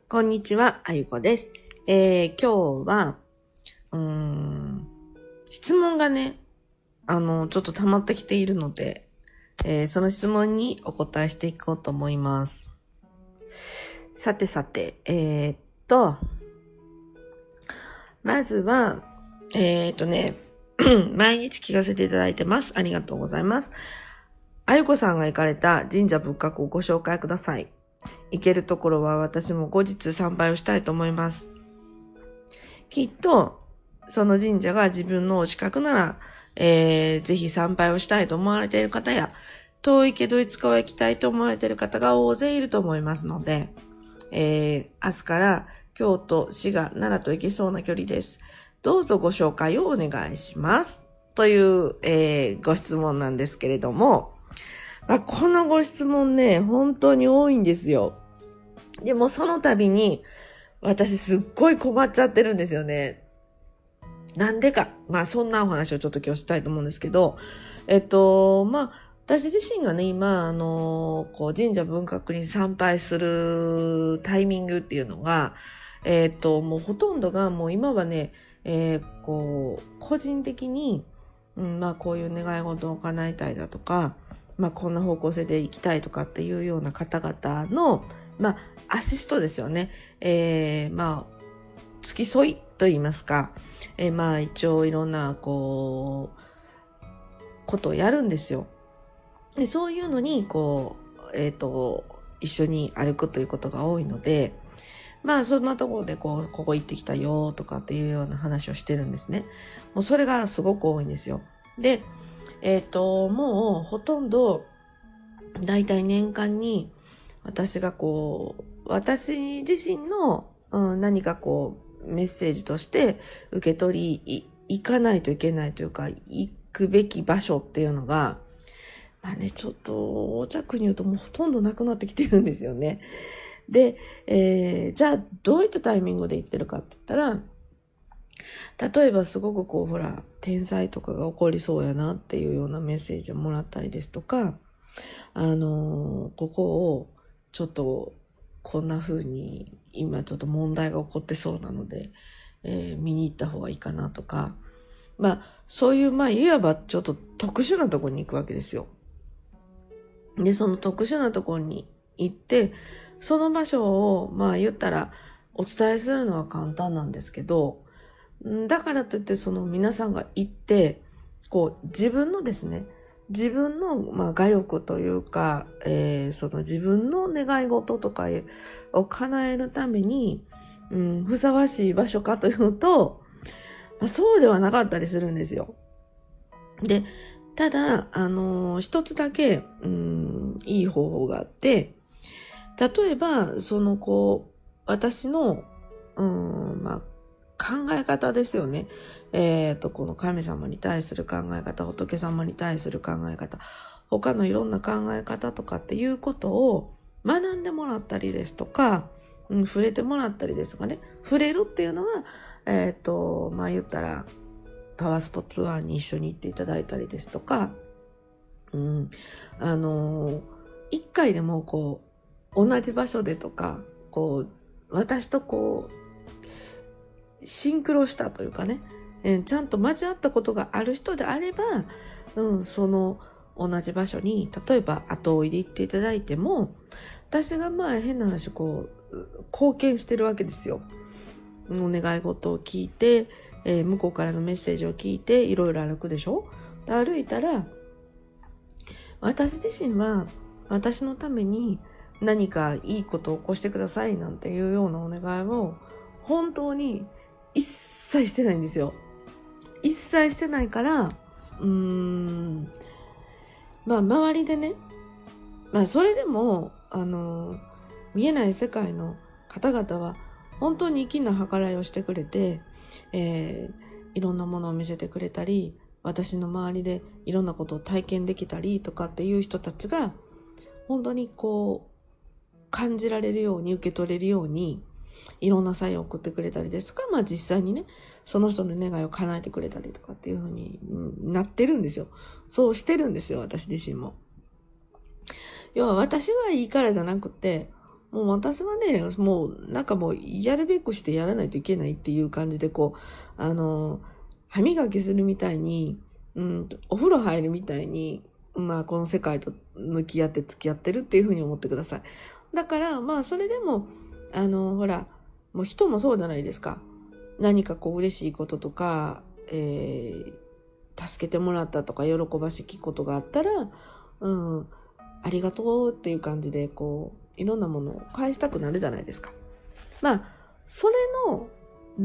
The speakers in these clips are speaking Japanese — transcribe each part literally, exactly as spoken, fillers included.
こんにちは、あゆこです。えー、今日は、うーん、質問がね、あの、ちょっと溜まってきているので、えー、その質問にお答えしていこうと思います。さてさて、えー、っと、まずは、えー、っとね、毎日聞かせていただいてます。ありがとうございます。あゆこさんが行かれた神社仏閣をご紹介ください。行けるところは私も後日参拝をしたいと思います。きっと、その神社が自分のお近くなら、えー、ぜひ参拝をしたいと思われている方や、遠いけどいつかは行きたいと思われている方が大勢いると思いますので、えー、明日から京都、滋賀、奈良と行けそうな距離です。どうぞご紹介をお願いします。という、えー、ご質問なんですけれども、まあ、このご質問ね、本当に多いんですよ。でもその度に、私すっごい困っちゃってるんですよね。なんでか。まあそんなお話をちょっと今日したいと思うんですけど、えっと、まあ、私自身がね、今、あの、こう、神社仏閣に参拝するタイミングっていうのが、えっと、もうほとんどがもう今はね、えー、こう、個人的に、うん、まあこういう願い事を叶えたいだとか、まあこんな方向性で行きたいとかっていうような方々の、まあ、アシストですよね。えー、まあ、付き添いと言いますか、えー、まあ一応いろんなこうことをやるんですよ。でそういうのにこうえっ、ー、と一緒に歩くということが多いので、まあそんなところでこうここ行ってきたよとかっていうような話をしてるんですね。もうそれがすごく多いんですよ。で、えっ、ー、ともうほとんどだいたい年間に私がこう私自身の、うん、何かこうメッセージとして受け取り、行かないといけないというか、行くべき場所っていうのが、まあね、ちょっと、横着に言うともうほとんどなくなってきてるんですよね。で、えー、じゃあ、どういったタイミングで行ってるかって言ったら、例えばすごくこう、ほら、天災とかが起こりそうやなっていうようなメッセージをもらったりですとか、あのー、ここを、ちょっと、こんな風に、今ちょっと問題が起こってそうなので、えー、見に行った方がいいかなとか、まあ、そういう、まあ、いわばちょっと特殊なところに行くわけですよ。で、その特殊なところに行って、その場所を、まあ言ったら、お伝えするのは簡単なんですけど、だからといってその皆さんが行って、こう自分のですね、自分の、まあ、我欲というか、えー、その自分の願い事とかを叶えるために、うん、ふさわしい場所かというと、まあ、そうではなかったりするんですよ。で、ただ、あのー、一つだけ、うん、いい方法があって、例えば、そのこう、私の、うん、まあ、考え方ですよね。えっと、この神様に対する考え方、仏様に対する考え方、他のいろんな考え方とかっていうことを学んでもらったりですとか、うん、触れてもらったりですとかね。触れるっていうのは、えっと、まあ言ったら、パワースポツアーに一緒に行っていただいたりですとか、うん、あの、一回でもこう、同じ場所でとか、こう、私とこう、シンクロしたというかね、えー、ちゃんと交わったことがある人であれば、うん、その同じ場所に、例えば後追いで行っていただいても、私がまあ変な話、こう、貢献してるわけですよ。お願い事を聞いて、えー、向こうからのメッセージを聞いて、いろいろ歩くでしょ？歩いたら、私自身は私のために何かいいことを起こしてくださいなんていうようなお願いを本当に一切してないんですよ。一切してないから、うーん、まあ周りでね、まあそれでも、あの、見えない世界の方々は本当に粋な計らいをしてくれて、えー、いろんなものを見せてくれたり、私の周りでいろんなことを体験できたりとかっていう人たちが本当にこう感じられるように受け取れるようにいろんなサインを送ってくれたりですとか、まあ実際にね、その人の願いを叶えてくれたりとかっていう風になってるんですよ。そうしてるんですよ、私自身も。要は私はいいからじゃなくて、 もう私はね、もうなんかもうやるべくしてやらないといけないっていう感じで、こう、あの、歯磨きするみたいに、うん、お風呂入るみたいに、まあこの世界と向き合って付き合ってるっていうふうに思ってください。だから、まあそれでも、あの、ほら、もう人もそうじゃないですか。何かこう嬉しいこととか、えー、助けてもらったとか喜ばしきことがあったら、うん、ありがとうっていう感じで、こう、いろんなものを返したくなるじゃないですか。まあ、それの、うん、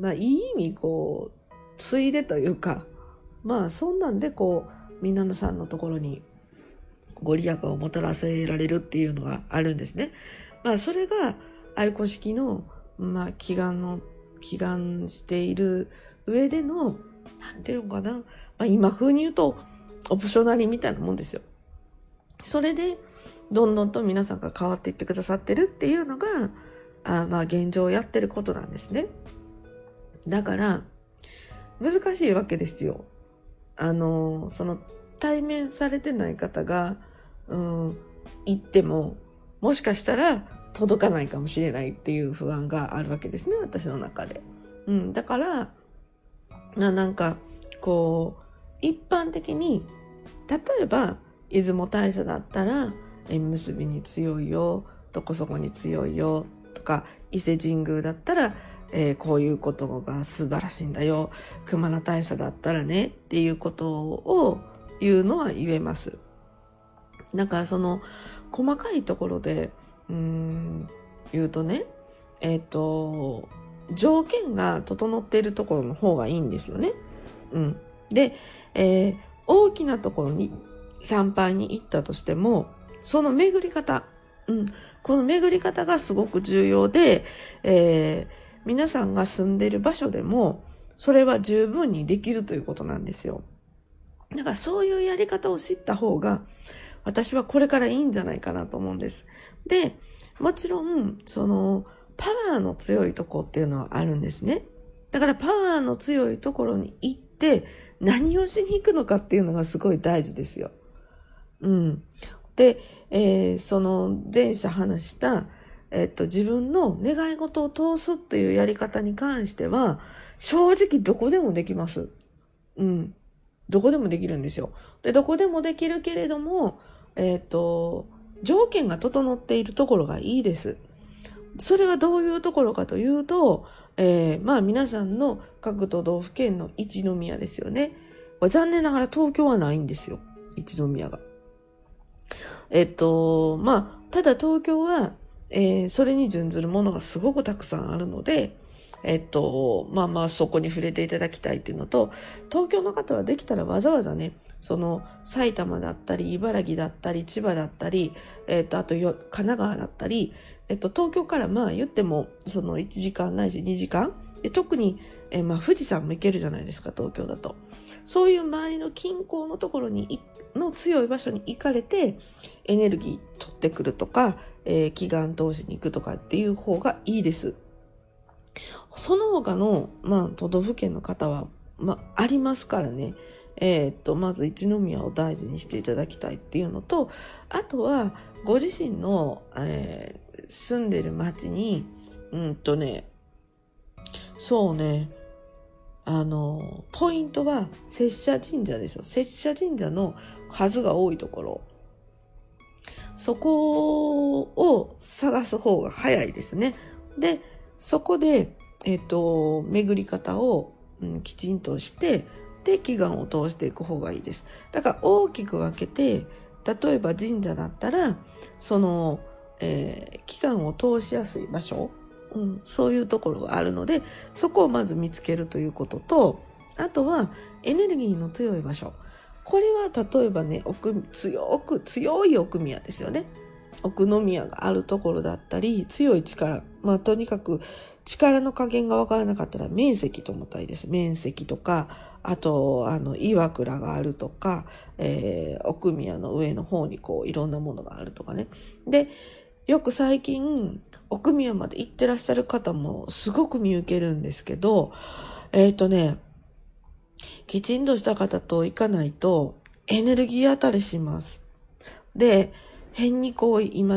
まあいい意味、こう、ついでというか、まあそんなんでこう、みなさんのところにご利益をもたらせられるっていうのがあるんですね。まあそれが愛子式の、まあ祈願の、祈願している上での、なんていうのかな、まあ今風に言うと、オプショナリみたいなもんですよ。それで、どんどんと皆さんが変わっていってくださってるっていうのが、あまあ現状やってることなんですね。だから、難しいわけですよ。あの、その対面されてない方が、うん、行っても、もしかしたら届かないかもしれないっていう不安があるわけですね、私の中で。うん、だから、な、なんか、こう、一般的に、例えば、出雲大社だったら、縁結びに強いよ、どこそこに強いよ、とか、伊勢神宮だったら、えー、こういうことが素晴らしいんだよ。熊野大社だったらね、っていうことを言うのは言えます。だからその、細かいところで、うーん、言うとね、えっと、条件が整っているところの方がいいんですよね。うん。で、えー、大きなところに参拝に行ったとしても、その巡り方、うん、この巡り方がすごく重要で、えー、皆さんが住んでいる場所でも、それは十分にできるということなんですよ。だからそういうやり方を知った方が、私はこれからいいんじゃないかなと思うんです。で、もちろん、その、パワーの強いとこっていうのはあるんですね。だからパワーの強いところに行って、何をしに行くのかっていうのがすごい大事ですよ。うん。で、えー、その前者話した、えっと、自分の願い事を通すっていうやり方に関しては、正直どこでもできます。うん。どこでもできるんですよ。で、どこでもできるけれども、えっと、条件が整っているところがいいです。それはどういうところかというと、えー、まあ皆さんの各都道府県の一宮ですよね。これ残念ながら東京はないんですよ。一宮が。えっと、まあ、ただ東京は、えー、それに準ずるものがすごくたくさんあるので、えっと、まあまあそこに触れていただきたいっていうのと、東京の方はできたらわざわざね、その埼玉だったり、茨城だったり、千葉だったり、えっと、あとよ神奈川だったり、えっと、東京からまあ言っても、そのいちじかんないしにじかんで、特に、えー、まあ富士山も行けるじゃないですか、東京だと。そういう周りの近郊のところに、の強い場所に行かれて、エネルギー取ってくるとか、えー、祈願投資に行くとかっていう方がいいです。その他の、まあ、都道府県の方は、まあ、ありますからね。えー、っと、まず一宮を大事にしていただきたいっていうのと、あとは、ご自身の、えー、住んでる町に、うんとね、そうね、あの、ポイントは、摂社神社ですよ。摂社神社の数が多いところ。そこを探す方が早いですね。で、そこで、えっと、巡り方を、うん、きちんとして、で、祈願を通していく方がいいです。だから大きく分けて、例えば神社だったら、その、えー、祈願を通しやすい場所、うん、そういうところがあるので、そこをまず見つけるということと、あとはエネルギーの強い場所。これは例えばね、奥、強く、強い奥宮ですよね。奥宮があるところだったり、強い力。まあとにかく力の加減がわからなかったら面積と思ったらいいです。面積とか、あと、あの、岩倉があるとか、えー、奥宮の上の方にこういろんなものがあるとかね。で、よく最近、奥宮まで行ってらっしゃる方もすごく見受けるんですけど、えっとね、きちんとした方と行かないとエネルギー当たりします。で、変にこう今ね、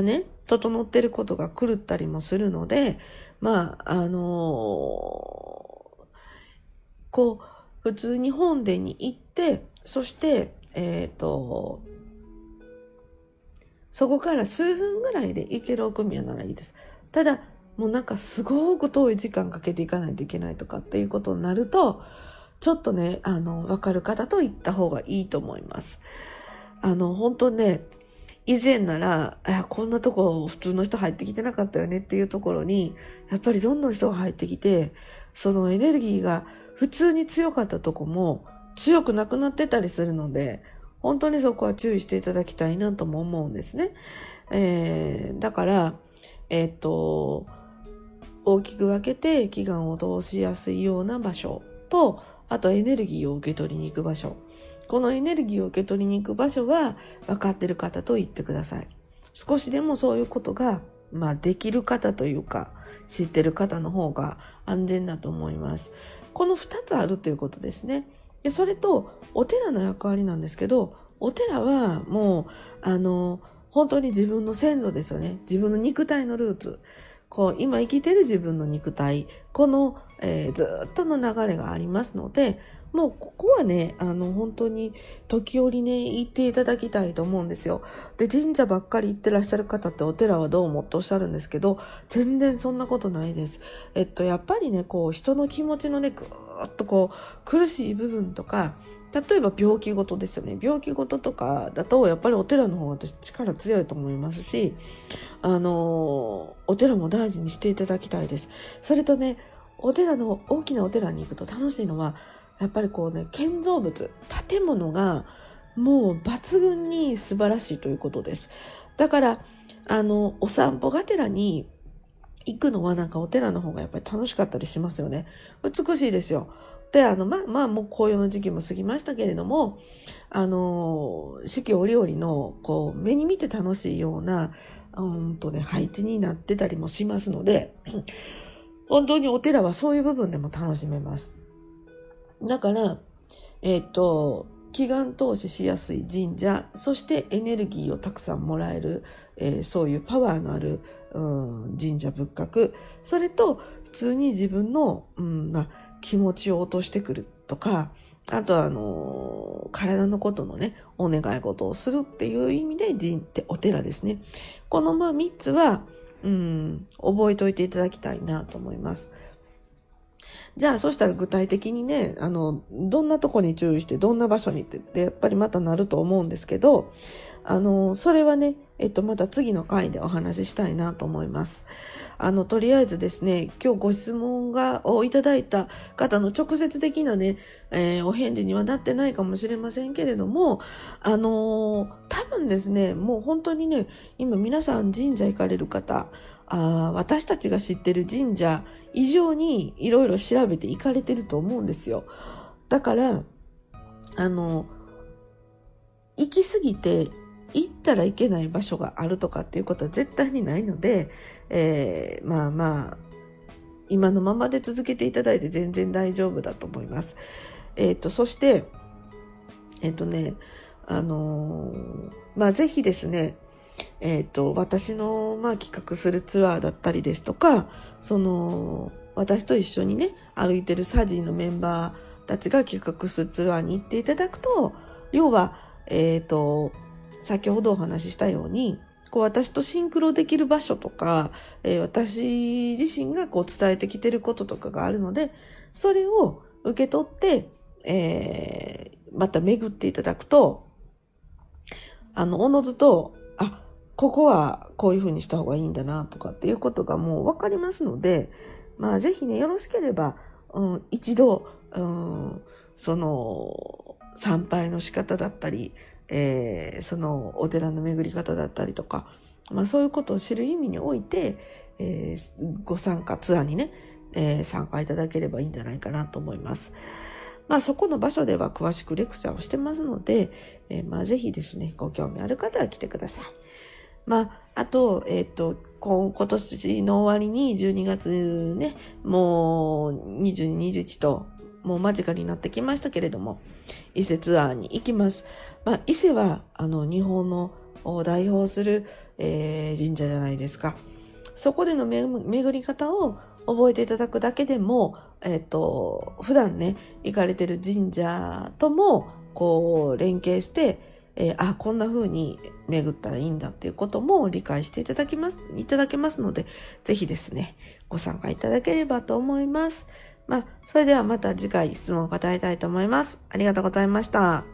整ってることが狂ったりもするので、まあ、あのーこう、普通に本殿に行って、そして、えっと、そこから数分ぐらいで行けるお組はならいいです。ただ、もうなんかすごく遠い時間かけていかないといけないとかっていうことになると、ちょっとね、あの、わかる方と行った方がいいと思います。あの、本当ね、以前なら、あ、こんなとこ普通の人入ってきてなかったよねっていうところに、やっぱりどんどん人が入ってきて、そのエネルギーが普通に強かったとこも強くなくなってたりするので、本当にそこは注意していただきたいなとも思うんですね。えー、だから、えっと、大きく分けて気願を通しやすいような場所と、あとエネルギーを受け取りに行く場所。このエネルギーを受け取りに行く場所は分かってる方と言ってください。少しでもそういうことが、まあできる方というか、知ってる方の方が安全だと思います。この二つあるということですね。で、それとお寺の役割なんですけど、お寺はもう、あの、本当に自分の先祖ですよね。自分の肉体のルーツ。こう、今生きてる自分の肉体。この、えー、ずっとの流れがありますので、もうここはね、あの、本当に時折ね、行っていただきたいと思うんですよ。で、神社ばっかり行ってらっしゃる方ってお寺はどうもっておっしゃるんですけど、全然そんなことないです。えっと、やっぱりね、こう、人の気持ちのね、ぐーっとこう、苦しい部分とか、例えば病気ごとですよね。病気ごととかだと、やっぱりお寺の方が私力強いと思いますし、あの、お寺も大事にしていただきたいです。それとね、お寺の、大きなお寺に行くと楽しいのは、やっぱりこうね、建造物、建物がもう抜群に素晴らしいということです。だから、あの、お散歩がてらに行くのはなんかお寺の方がやっぱり楽しかったりしますよね。美しいですよ。で、あの、まあ、まあ、もう紅葉の時期も過ぎましたけれども、あの、四季折々の、こう、目に見て楽しいような、うんとね、配置になってたりもしますので、本当にお寺はそういう部分でも楽しめます。だから、えっと、祈願投資しやすい神社、そしてエネルギーをたくさんもらえる、えー、そういうパワーのある、うん、神社仏閣、それと普通に自分の、うんまあ、気持ちを落としてくるとか、あとはあのー、体のことのね、お願い事をするっていう意味で神ってお寺ですね。このまあ三つは、うん、覚えておいていただきたいなと思います。じゃあ、そしたら具体的にね、あの、どんなとこに注意して、どんな場所にって、でやっぱりまたなると思うんですけど、あの、それはね、えっと、また次の回でお話ししたいなと思います。あの、とりあえずですね、今日ご質問が、をいただいた方の直接的なね、えー、お返事にはなってないかもしれませんけれども、あのー、多分ですね、もう本当にね、今皆さん神社行かれる方、あ私たちが知ってる神社以上にいろいろ調べて行かれてると思うんですよ。だから、あの、行き過ぎて行ったらいけない場所があるとかっていうことは絶対にないので、えー、まあまあ、今のままで続けていただいて全然大丈夫だと思います。えっと、そして、えっとね、あのー、まあぜひですね、えっと、私の、まあ、企画するツアーだったりですとか、その、私と一緒にね、歩いてるサジーのメンバーたちが企画するツアーに行っていただくと、要は、えっと、先ほどお話ししたように、こう私とシンクロできる場所とか、えー、私自身がこう伝えてきてることとかがあるので、それを受け取って、えー、また巡っていただくと、あの、おのずと、あ、ここはこういう風にした方がいいんだなとかっていうことがもうわかりますので、まあぜひね、よろしければ、うん、一度、うん、その、参拝の仕方だったり、えー、そのお寺の巡り方だったりとか、まあそういうことを知る意味において、えー、ご参加、ツアーにね、えー、参加いただければいいんじゃないかなと思います。まあそこの場所では詳しくレクチャーをしてますので、えー、まあぜひですね、ご興味ある方は来てください。まあ、あと、えっと、今年の終わりにじゅうにがつね、もうにじゅうに、にじゅういちと、もう間近になってきましたけれども、伊勢ツアーに行きます。まあ、伊勢は、あの、日本のを代表する、えー、神社じゃないですか。そこでのめ巡り方を覚えていただくだけでも、えっと、普段ね、行かれてる神社とも、こう、連携して、えー、あ、こんな風に巡ったらいいんだっていうことも理解していただきます、いただけますので、ぜひですね、ご参加いただければと思います。まあ、それではまた次回質問を答えたいと思います。ありがとうございました。